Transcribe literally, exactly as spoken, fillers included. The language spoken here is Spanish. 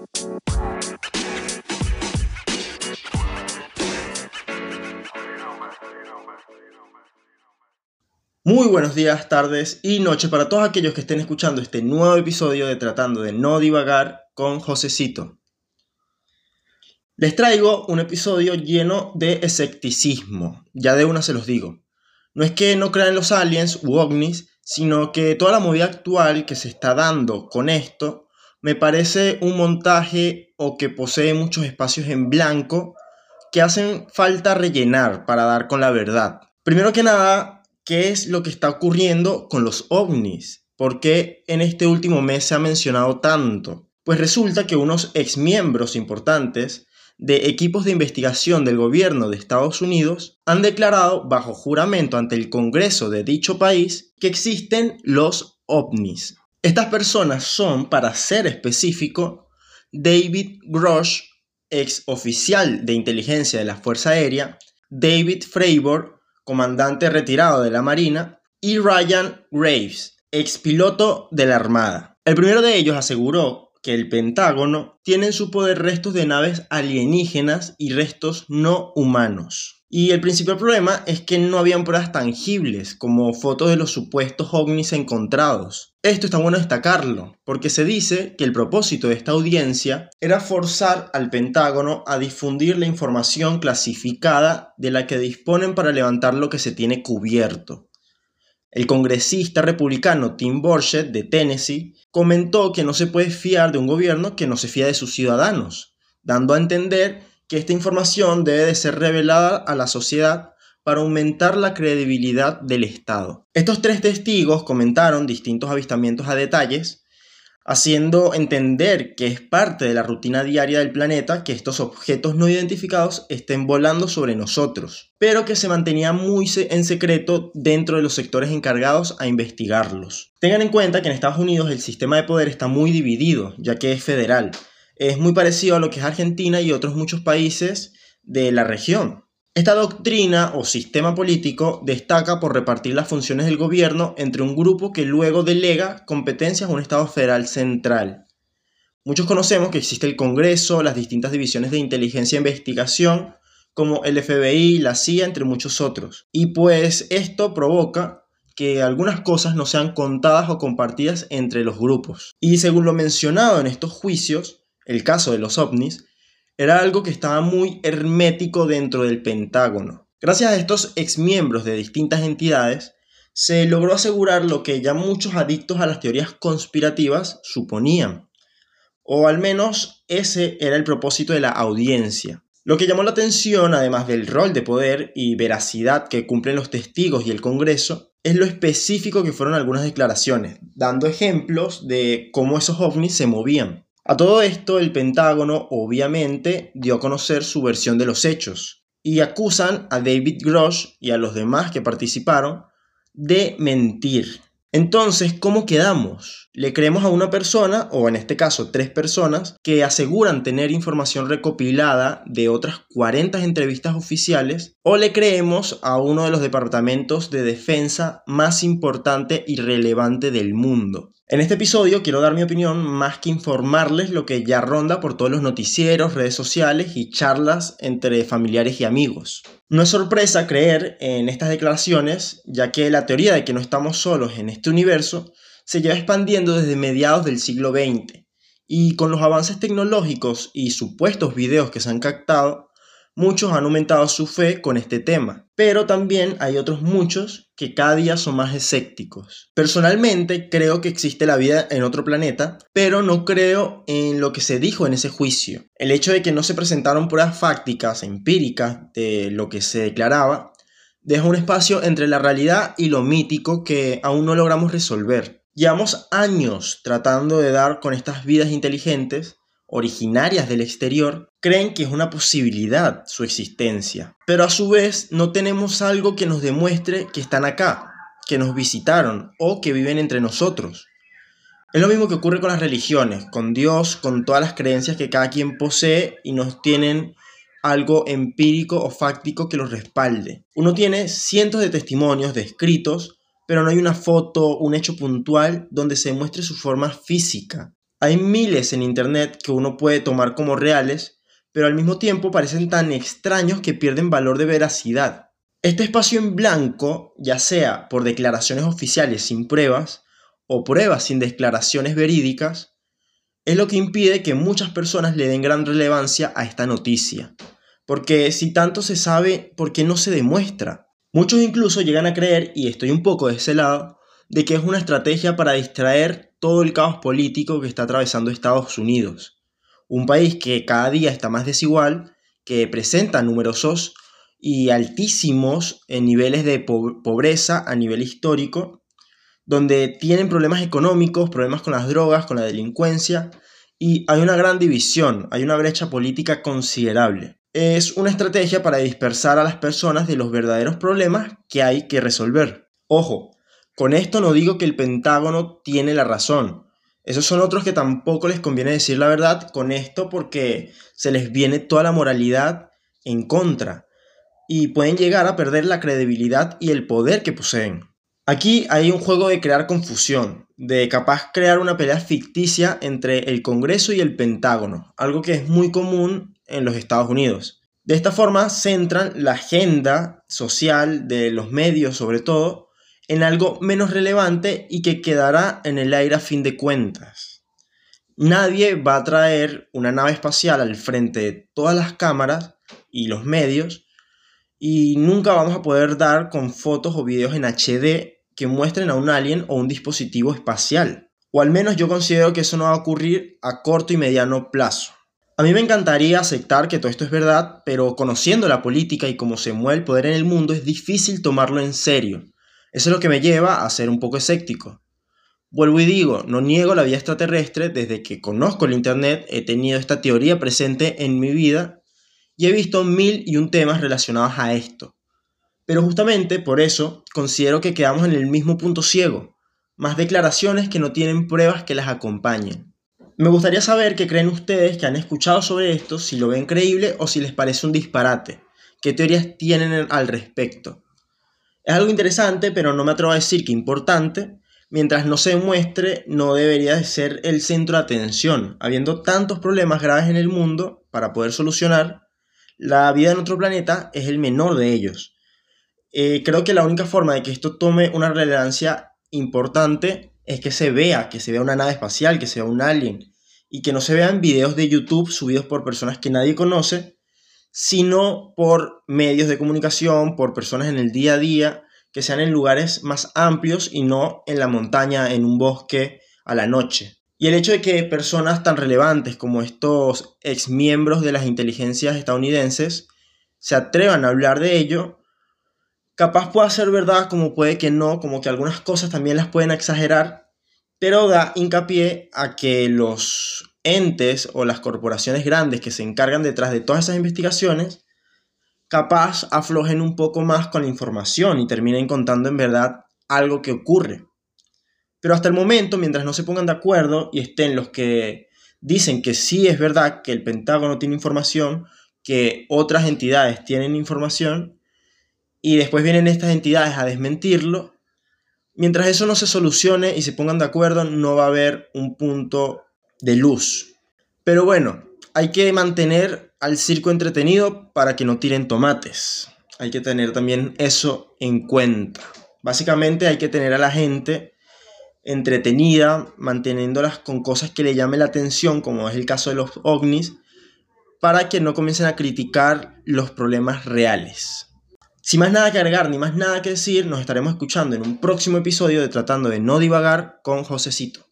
Muy buenos días, tardes y noches para todos aquellos que estén escuchando este nuevo episodio de Tratando de No Divagar con Josecito. Les traigo un episodio lleno de escepticismo, ya de una se los digo. No es que no crean en los aliens u ovnis, sino que toda la movida actual que se está dando con esto me parece un montaje o que posee muchos espacios en blanco que hacen falta rellenar para dar con la verdad. Primero que nada, ¿qué es lo que está ocurriendo con los ovnis? ¿Por qué en este último mes se ha mencionado tanto? Pues resulta que unos exmiembros importantes de equipos de investigación del gobierno de Estados Unidos han declarado bajo juramento ante el Congreso de dicho país que existen los ovnis. Estas personas son, para ser específico, David Grush, ex oficial de inteligencia de la Fuerza Aérea, David Fravor, comandante retirado de la Marina, y Ryan Graves, ex piloto de la Armada. El primero de ellos aseguró que el Pentágono tiene en su poder restos de naves alienígenas y restos no humanos. Y el principal problema es que no habían pruebas tangibles, como fotos de los supuestos ovnis encontrados. Esto está bueno destacarlo, porque se dice que el propósito de esta audiencia era forzar al Pentágono a difundir la información clasificada de la que disponen para levantar lo que se tiene cubierto. El congresista republicano Tim Burchett de Tennessee comentó que no se puede fiar de un gobierno que no se fía de sus ciudadanos, dando a entender que esta información debe de ser revelada a la sociedad para aumentar la credibilidad del Estado. Estos tres testigos comentaron distintos avistamientos a detalles, haciendo entender que es parte de la rutina diaria del planeta que estos objetos no identificados estén volando sobre nosotros, pero que se mantenía muy en secreto dentro de los sectores encargados a investigarlos. Tengan en cuenta que en Estados Unidos el sistema de poder está muy dividido, ya que es federal. Es muy parecido a lo que es Argentina y otros muchos países de la región. Esta doctrina o sistema político destaca por repartir las funciones del gobierno entre un grupo que luego delega competencias a un Estado federal central. Muchos conocemos que existe el Congreso, las distintas divisiones de inteligencia e investigación, como el F B I, la C I A, entre muchos otros. Y pues esto provoca que algunas cosas no sean contadas o compartidas entre los grupos. Y según lo mencionado en estos juicios, el caso de los ovnis, era algo que estaba muy hermético dentro del Pentágono. Gracias a estos exmiembros de distintas entidades, se logró asegurar lo que ya muchos adictos a las teorías conspirativas suponían. O al menos ese era el propósito de la audiencia. Lo que llamó la atención, además del rol de poder y veracidad que cumplen los testigos y el Congreso, es lo específico que fueron algunas declaraciones, dando ejemplos de cómo esos ovnis se movían. A todo esto, el Pentágono obviamente dio a conocer su versión de los hechos y acusan a David Grush y a los demás que participaron de mentir. Entonces, ¿cómo quedamos? ¿Le creemos a una persona, o en este caso tres personas, que aseguran tener información recopilada de otras cuarenta entrevistas oficiales, o le creemos a uno de los departamentos de defensa más importante y relevante del mundo? En este episodio quiero dar mi opinión más que informarles lo que ya ronda por todos los noticieros, redes sociales y charlas entre familiares y amigos. No es sorpresa creer en estas declaraciones, ya que la teoría de que no estamos solos en este universo se lleva expandiendo desde mediados del siglo veinte, y con los avances tecnológicos y supuestos videos que se han captado, muchos han aumentado su fe con este tema, pero también hay otros muchos que cada día son más escépticos. Personalmente creo que existe la vida en otro planeta, pero no creo en lo que se dijo en ese juicio. El hecho de que no se presentaron pruebas fácticas, empíricas de lo que se declaraba, deja un espacio entre la realidad y lo mítico que aún no logramos resolver. Llevamos años tratando de dar con estas vidas inteligentes, originarias del exterior, creen que es una posibilidad su existencia, pero a su vez no tenemos algo que nos demuestre que están acá, que nos visitaron o que viven entre nosotros. Es lo mismo que ocurre con las religiones, con Dios, con todas las creencias que cada quien posee y no tienen algo empírico o fáctico que los respalde. Uno tiene cientos de testimonios descritos, pero no hay una foto, un hecho puntual donde se muestre su forma física. Hay miles en internet que uno puede tomar como reales, pero al mismo tiempo parecen tan extraños que pierden valor de veracidad. Este espacio en blanco, ya sea por declaraciones oficiales sin pruebas o pruebas sin declaraciones verídicas, es lo que impide que muchas personas le den gran relevancia a esta noticia. Porque si tanto se sabe, ¿por qué no se demuestra? Muchos incluso llegan a creer, y estoy un poco de ese lado, de que es una estrategia para distraer todo el caos político que está atravesando Estados Unidos. Un país que cada día está más desigual, que presenta numerosos y altísimos niveles de po- pobreza a nivel histórico, donde tienen problemas económicos, problemas con las drogas, con la delincuencia, y hay una gran división, hay una brecha política considerable. Es una estrategia para dispersar a las personas de los verdaderos problemas que hay que resolver. Ojo, con esto no digo que el Pentágono tiene la razón. Esos son otros que tampoco les conviene decir la verdad con esto porque se les viene toda la moralidad en contra y pueden llegar a perder la credibilidad y el poder que poseen. Aquí hay un juego de crear confusión, de capaz crear una pelea ficticia entre el Congreso y el Pentágono, algo que es muy común en los Estados Unidos. De esta forma centran la agenda social de los medios, sobre todo, en algo menos relevante y que quedará en el aire a fin de cuentas. Nadie va a traer una nave espacial al frente de todas las cámaras y los medios y nunca vamos a poder dar con fotos o videos en H D que muestren a un alien o un dispositivo espacial. O al menos yo considero que eso no va a ocurrir a corto y mediano plazo. A mí me encantaría aceptar que todo esto es verdad, pero conociendo la política y cómo se mueve el poder en el mundo es difícil tomarlo en serio. Eso es lo que me lleva a ser un poco escéptico. Vuelvo y digo, no niego la vida extraterrestre, desde que conozco el internet he tenido esta teoría presente en mi vida y he visto mil y un temas relacionados a esto. Pero justamente por eso considero que quedamos en el mismo punto ciego, más declaraciones que no tienen pruebas que las acompañen. Me gustaría saber qué creen ustedes que han escuchado sobre esto, si lo ven creíble o si les parece un disparate, qué teorías tienen al respecto. Es algo interesante, pero no me atrevo a decir que importante. Mientras no se demuestre, no debería de ser el centro de atención. Habiendo tantos problemas graves en el mundo para poder solucionar, la vida en otro planeta es el menor de ellos. Eh, creo que la única forma de que esto tome una relevancia importante es que se vea, que se vea una nave espacial, que se vea un alien, y que no se vean videos de YouTube subidos por personas que nadie conoce, sino por medios de comunicación, por personas en el día a día, que sean en lugares más amplios y no en la montaña, en un bosque, a la noche. Y el hecho de que personas tan relevantes como estos exmiembros de las inteligencias estadounidenses se atrevan a hablar de ello, capaz pueda ser verdad, como puede que no, como que algunas cosas también las pueden exagerar, pero da hincapié a que los entes o las corporaciones grandes que se encargan detrás de todas esas investigaciones capaz aflojen un poco más con la información y terminen contando en verdad algo que ocurre. Pero hasta el momento, mientras no se pongan de acuerdo y estén los que dicen que sí es verdad que el Pentágono tiene información, que otras entidades tienen información, y después vienen estas entidades a desmentirlo, mientras eso no se solucione y se pongan de acuerdo, no va a haber un punto de luz. Pero bueno, hay que mantener al circo entretenido para que no tiren tomates. Hay que tener también eso en cuenta. Básicamente hay que tener a la gente entretenida, manteniéndolas con cosas que le llamen la atención, como es el caso de los ovnis, para que no comiencen a criticar los problemas reales. Sin más nada que agregar ni más nada que decir, nos estaremos escuchando en un próximo episodio de Tratando de No Divagar con Josecito.